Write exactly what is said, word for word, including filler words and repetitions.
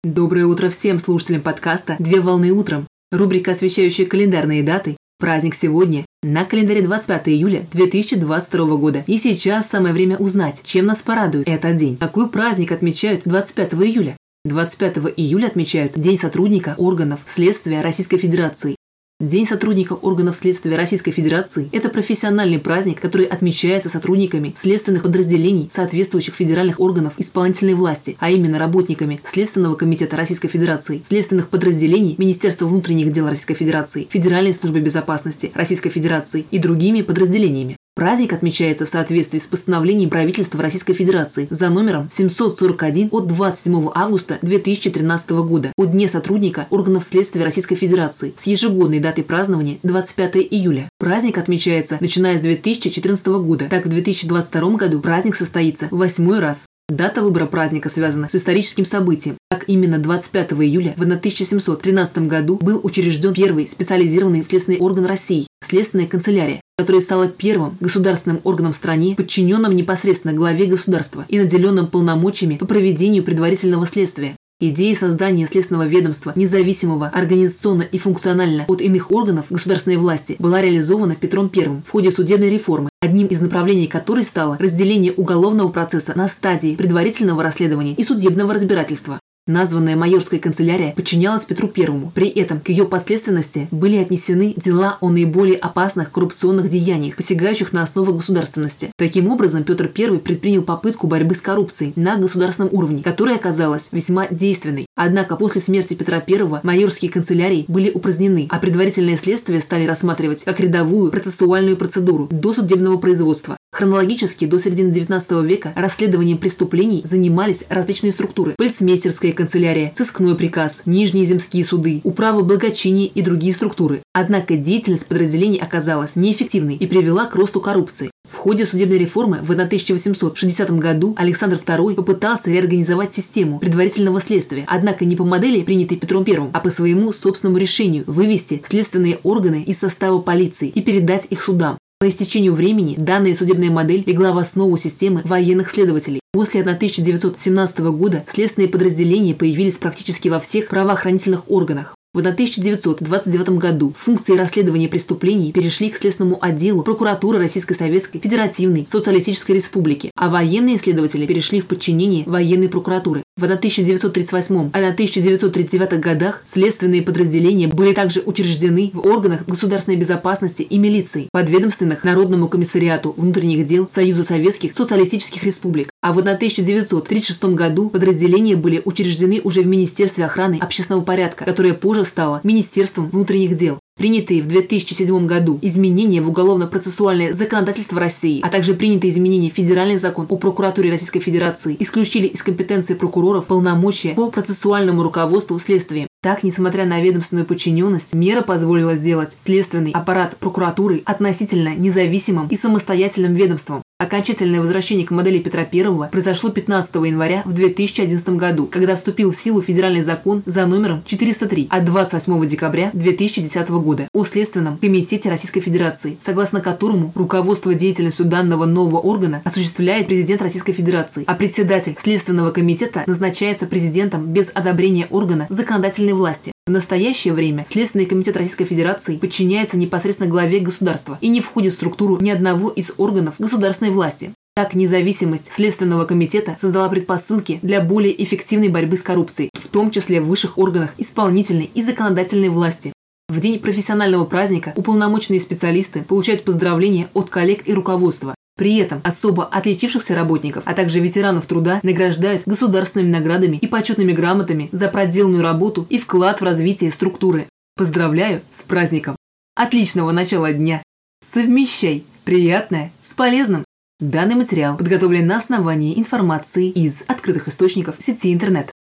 Доброе утро всем слушателям подкаста «Две волны утром». Рубрика, освещающая календарные даты. Праздник сегодня. На календаре двадцать пятое июля две тысячи двадцать второго года. И сейчас самое время узнать, чем нас порадует этот день. Какой праздник отмечают двадцать пятого июля? двадцать пятого июля отмечают День сотрудника органов следствия Российской Федерации. День сотрудника органов следствия Российской Федерации – это профессиональный праздник, который отмечается сотрудниками следственных подразделений соответствующих федеральных органов исполнительной власти, а именно работниками Следственного комитета Российской Федерации, следственных подразделений Министерства внутренних дел Российской Федерации, Федеральной службы безопасности Российской Федерации и другими подразделениями. Праздник отмечается в соответствии с постановлением правительства Российской Федерации за номером семьсот сорок один от двадцать седьмого августа две тысячи тринадцатого года о Дне сотрудника органов следствия Российской Федерации с ежегодной датой празднования двадцать пятое июля. Праздник отмечается начиная с две тысячи четырнадцатого года, так в две тысячи двадцать втором году праздник состоится в восьмой раз. Дата выбора праздника связана с историческим событием. Так, именно двадцать пятого июля в тысяча семьсот тринадцатом году был учрежден первый специализированный следственный орган России – Следственная канцелярия, которая стала первым государственным органом в стране, подчиненным непосредственно главе государства и наделенным полномочиями по проведению предварительного следствия. Идея создания следственного ведомства, независимого организационно и функционально от иных органов государственной власти, была реализована Петром Первым в ходе судебной реформы, одним из направлений которой стало разделение уголовного процесса на стадии предварительного расследования и судебного разбирательства. Названная майорская канцелярия подчинялась Петру Первому. При этом к ее подследственности были отнесены дела о наиболее опасных коррупционных деяниях, посягающих на основу государственности. Таким образом, Петр Первый предпринял попытку борьбы с коррупцией на государственном уровне, которая оказалась весьма действенной. Однако после смерти Петра Первого майорские канцелярии были упразднены, а предварительное следствие стали рассматривать как рядовую процессуальную процедуру до судебного производства. Хронологически до середины девятнадцатого века расследованием преступлений занимались различные структуры: полицмейстерская канцелярия, сыскной приказ, нижние земские суды, управа благочиния и другие структуры. Однако деятельность подразделений оказалась неэффективной и привела к росту коррупции. В ходе судебной реформы в тысяча восемьсот шестидесятом году Александр Второй попытался реорганизовать систему предварительного следствия, однако не по модели, принятой Петром Первым, а по своему собственному решению вывести следственные органы из состава полиции и передать их судам. По истечению времени данная судебная модель легла в основу системы военных следователей. После тысяча девятьсот семнадцатого года следственные подразделения появились практически во всех правоохранительных органах. В тысяча девятьсот двадцать девятом году функции расследования преступлений перешли к Следственному отделу прокуратуры Российской Советской Федеративной Социалистической Республики, а военные следователи перешли в подчинение военной прокуратуры. В тысяча девятьсот тридцать восьмом и тысяча девятьсот тридцать девятом годах следственные подразделения были также учреждены в органах государственной безопасности и милиции, подведомственных Народному комиссариату внутренних дел Союза Советских Социалистических Республик. А в тысяча девятьсот тридцать шестом году подразделения были учреждены уже в Министерстве охраны общественного порядка, которое позже стало Министерством внутренних дел. Принятые в две тысячи седьмом году изменения в уголовно-процессуальное законодательство России, а также принятые изменения в Федеральный закон о прокуратуре Российской Федерации исключили из компетенции прокуроров полномочия по процессуальному руководству следствием. Так, несмотря на ведомственную подчиненность, мера позволила сделать следственный аппарат прокуратуры относительно независимым и самостоятельным ведомством. Окончательное возвращение к модели Петра Первого произошло пятнадцатого января в две тысячи одиннадцатом году, когда вступил в силу федеральный закон за номером четыреста три от двадцать восьмого декабря две тысячи десятого года о Следственном комитете Российской Федерации, согласно которому руководство деятельностью данного нового органа осуществляет президент Российской Федерации, а председатель Следственного комитета назначается президентом без одобрения органа законодательной власти. В настоящее время Следственный комитет Российской Федерации подчиняется непосредственно главе государства и не входит в структуру ни одного из органов государственной власти. Так, независимость Следственного комитета создала предпосылки для более эффективной борьбы с коррупцией, в том числе в высших органах исполнительной и законодательной власти. В день профессионального праздника уполномоченные специалисты получают поздравления от коллег и руководства. При этом особо отличившихся работников, а также ветеранов труда награждают государственными наградами и почетными грамотами за проделанную работу и вклад в развитие структуры. Поздравляю с праздником! Отличного начала дня! Совмещай приятное с полезным! Данный материал подготовлен на основании информации из открытых источников сети интернет.